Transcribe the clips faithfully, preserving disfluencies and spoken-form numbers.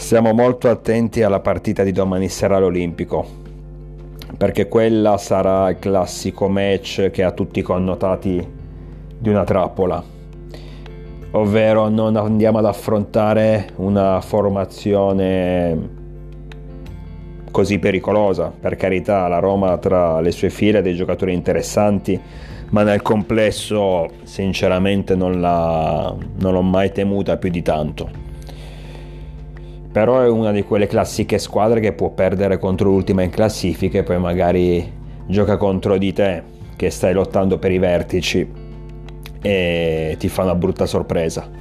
Stiamo molto attenti alla partita di domani sera all'Olimpico, perché quella sarà il classico match che ha tutti i connotati di una trappola, ovvero non andiamo ad affrontare una formazione così pericolosa. Per carità, la Roma tra le sue file ha dei giocatori interessanti, ma nel complesso sinceramente non, la, non l'ho mai temuta più di tanto. Però è una di quelle classiche squadre che può perdere contro l'ultima in classifica e poi magari gioca contro di te che stai lottando per i vertici e ti fa una brutta sorpresa.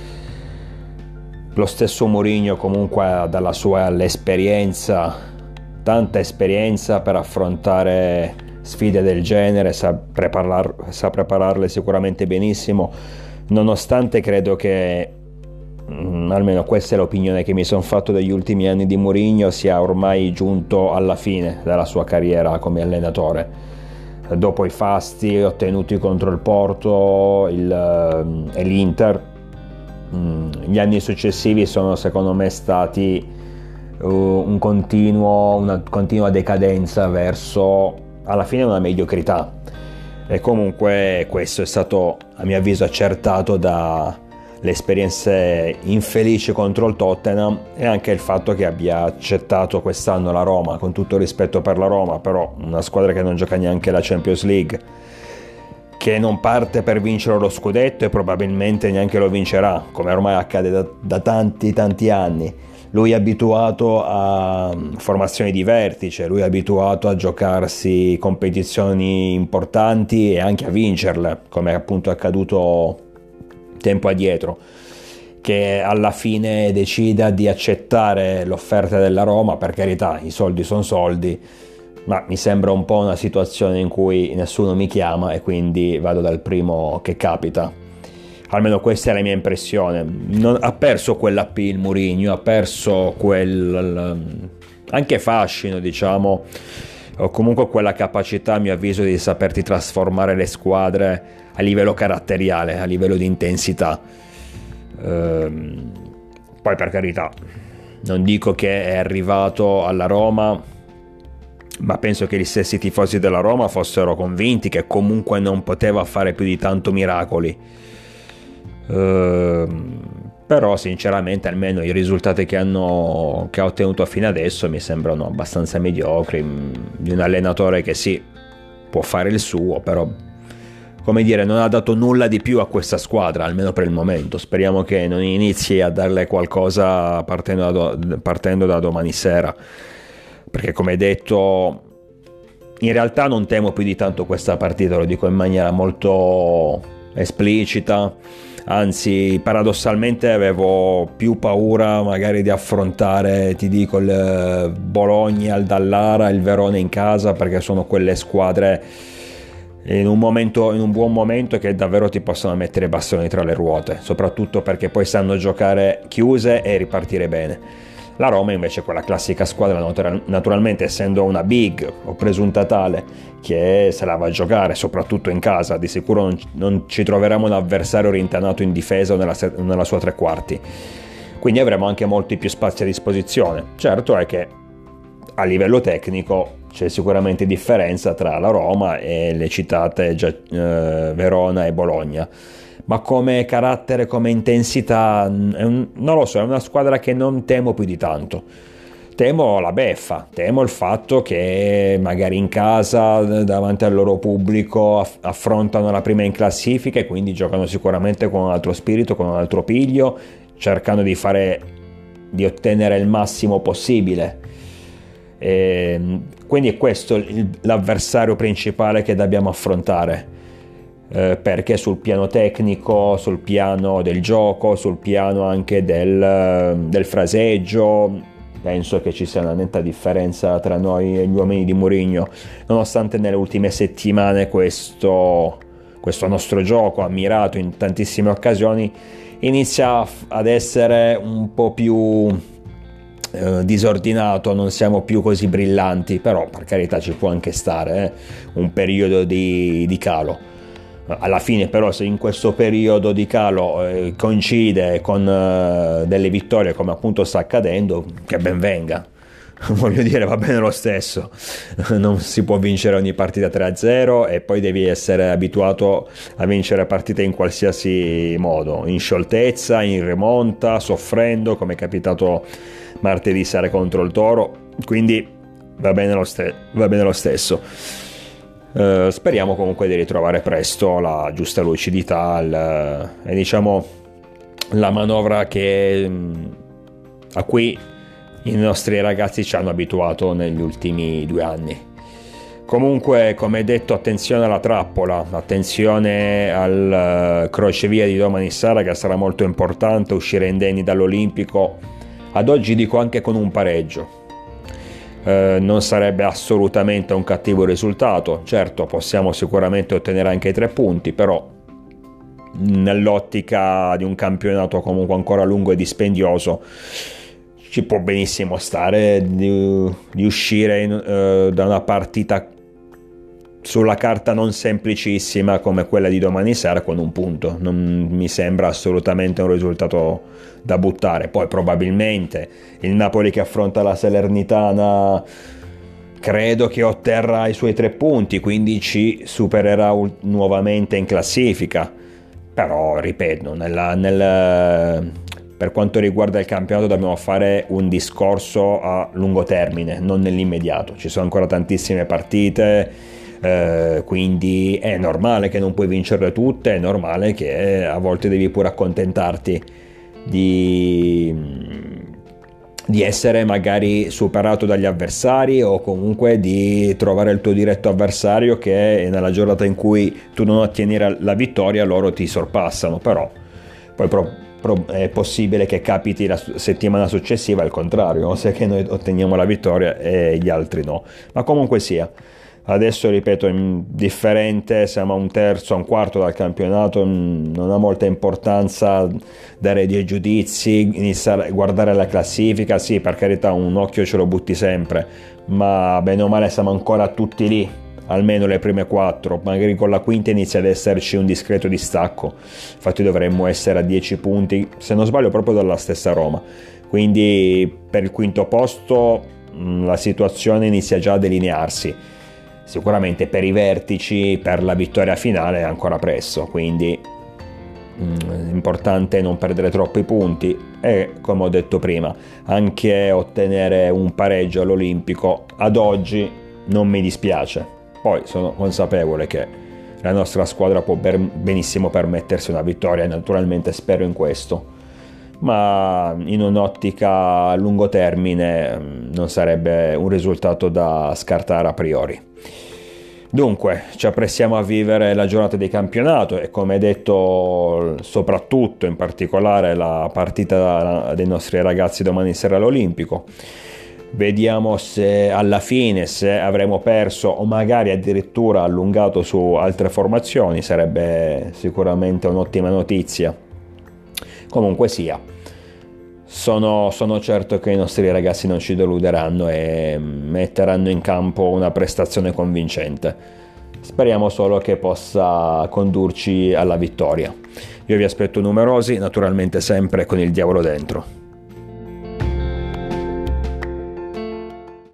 Lo stesso Mourinho comunque dalla sua l'esperienza, tanta esperienza per affrontare sfide del genere, sa, preparar, sa prepararle sicuramente benissimo, nonostante credo che almeno questa è l'opinione che mi sono fatto degli ultimi anni di Mourinho, sia ormai giunto alla fine della sua carriera come allenatore. Dopo i fasti ottenuti contro il Porto il, e l'Inter, gli anni successivi sono secondo me stati un continuo, una continua decadenza verso alla fine una mediocrità, e comunque questo è stato a mio avviso accertato da le esperienze infelici contro il Tottenham e anche il fatto che abbia accettato quest'anno la Roma, con tutto rispetto per la Roma, però una squadra che non gioca neanche la Champions League, che non parte per vincere lo scudetto e probabilmente neanche lo vincerà, come ormai accade da, da tanti tanti anni. Lui è abituato a formazioni di vertice, lui è abituato a giocarsi competizioni importanti e anche a vincerle, come appunto è accaduto tempo addietro. Che alla fine decida di accettare l'offerta della Roma, per carità, i soldi sono soldi, ma mi sembra un po' una situazione in cui nessuno mi chiama e quindi vado dal primo che capita. Almeno questa è la mia impressione. Non, ha perso quell'appeal Mourinho, ha perso quel anche fascino, diciamo, o comunque quella capacità, a mio avviso, di saperti trasformare le squadre a livello caratteriale, a livello di intensità. Ehm, poi per carità, non dico che è arrivato alla Roma, ma penso che gli stessi tifosi della Roma fossero convinti che comunque non poteva fare più di tanto miracoli. Ehm, però sinceramente almeno i risultati che, hanno, che ha ottenuto fino adesso mi sembrano abbastanza mediocri, di un allenatore che sì, può fare il suo, però come dire, non ha dato nulla di più a questa squadra, almeno per il momento. Speriamo che non inizi a darle qualcosa partendo da, do- partendo da domani sera, perché come detto in realtà non temo più di tanto questa partita, lo dico in maniera molto esplicita, anzi paradossalmente avevo più paura magari di affrontare, ti dico, il Bologna, il Dallara, il Verona in casa, perché sono quelle squadre in un momento, in un buon momento, che davvero ti possono mettere i bastoni tra le ruote, soprattutto perché poi sanno giocare chiuse e ripartire bene. La Roma invece è quella classica squadra, naturalmente essendo una big o presunta tale, che se la va a giocare soprattutto in casa. Di sicuro non, non ci troveremo un avversario rintanato in difesa o nella, nella sua tre quarti, quindi avremo anche molti più spazi a disposizione. Certo è che a livello tecnico c'è sicuramente differenza tra la Roma e le citate già, eh, Verona e Bologna, ma come carattere, come intensità, è un, non lo so, è una squadra che non temo più di tanto. Temo la beffa, temo il fatto che magari in casa, davanti al loro pubblico, aff- affrontano la prima in classifica e quindi giocano sicuramente con un altro spirito, con un altro piglio, cercando di fare, di ottenere il massimo possibile. E quindi è questo il, l'avversario principale che dobbiamo affrontare, eh, perché sul piano tecnico, sul piano del gioco, sul piano anche del, del fraseggio, penso che ci sia una netta differenza tra noi e gli uomini di Mourinho, nonostante nelle ultime settimane questo, questo nostro gioco, ammirato in tantissime occasioni, inizia ad essere un po' più eh, disordinato, non siamo più così brillanti, però per carità ci può anche stare eh, un periodo di, di calo. Alla fine però, se in questo periodo di calo eh, coincide con eh, delle vittorie come appunto sta accadendo, che ben venga. Voglio dire, va bene lo stesso. Non si può vincere ogni partita tre a zero e poi devi essere abituato a vincere partite in qualsiasi modo, in scioltezza, in rimonta, soffrendo, come è capitato martedì sera contro il Toro. Quindi va bene lo, ste- va bene lo stesso. Uh, speriamo comunque di ritrovare presto la giusta lucidità il, e diciamo la manovra che, a cui i nostri ragazzi ci hanno abituato negli ultimi due anni. Comunque, come detto, attenzione alla trappola, attenzione al crocevia di domani sera, che sarà molto importante, uscire indenni dall'Olimpico, ad oggi dico anche con un pareggio. Eh, non sarebbe assolutamente un cattivo risultato. Certo, possiamo sicuramente ottenere anche i tre punti, però nell'ottica di un campionato comunque ancora lungo e dispendioso ci può benissimo stare di, di uscire in, eh, da una partita sulla carta non semplicissima come quella di domani sera con un punto. Non mi sembra assolutamente un risultato da buttare. Poi probabilmente il Napoli che affronta la Salernitana credo che otterrà i suoi tre punti, quindi ci supererà u- nuovamente in classifica. Però ripeto, nella, nel, per quanto riguarda il campionato dobbiamo fare un discorso a lungo termine, non nell'immediato. Ci sono ancora tantissime partite. Uh, quindi è normale che non puoi vincerle tutte, è normale che a volte devi pure accontentarti di, di essere magari superato dagli avversari o comunque di trovare il tuo diretto avversario che nella giornata in cui tu non ottieni la vittoria loro ti sorpassano. Però poi pro, pro, è possibile che capiti la settimana successiva il contrario, ossia che noi otteniamo la vittoria e gli altri no. Ma comunque sia, adesso ripeto, è indifferente, siamo a un terzo, a un quarto dal campionato, non ha molta importanza dare dei giudizi, iniziare a guardare la classifica. Sì, per carità, un occhio ce lo butti sempre, ma bene o male siamo ancora tutti lì, almeno le prime quattro, magari con la quinta inizia ad esserci un discreto distacco. Infatti dovremmo essere a dieci punti, se non sbaglio proprio dalla stessa Roma, quindi per il quinto posto la situazione inizia già a delinearsi. Sicuramente per i vertici, per la vittoria finale è ancora presto, quindi è importante non perdere troppi punti e, come ho detto prima, anche ottenere un pareggio all'Olimpico ad oggi non mi dispiace. Poi sono consapevole che la nostra squadra può benissimo permettersi una vittoria e naturalmente spero in questo, ma in un'ottica a lungo termine non sarebbe un risultato da scartare a priori. Dunque, ci apprestiamo a vivere la giornata di campionato e, come detto, soprattutto in particolare la partita dei nostri ragazzi domani sera all'Olimpico. Vediamo se alla fine, se avremo perso o magari addirittura allungato su altre formazioni, sarebbe sicuramente un'ottima notizia. Comunque sia, sono, sono certo che i nostri ragazzi non ci deluderanno e metteranno in campo una prestazione convincente. Speriamo solo che possa condurci alla vittoria. Io vi aspetto numerosi, naturalmente sempre con il diavolo dentro.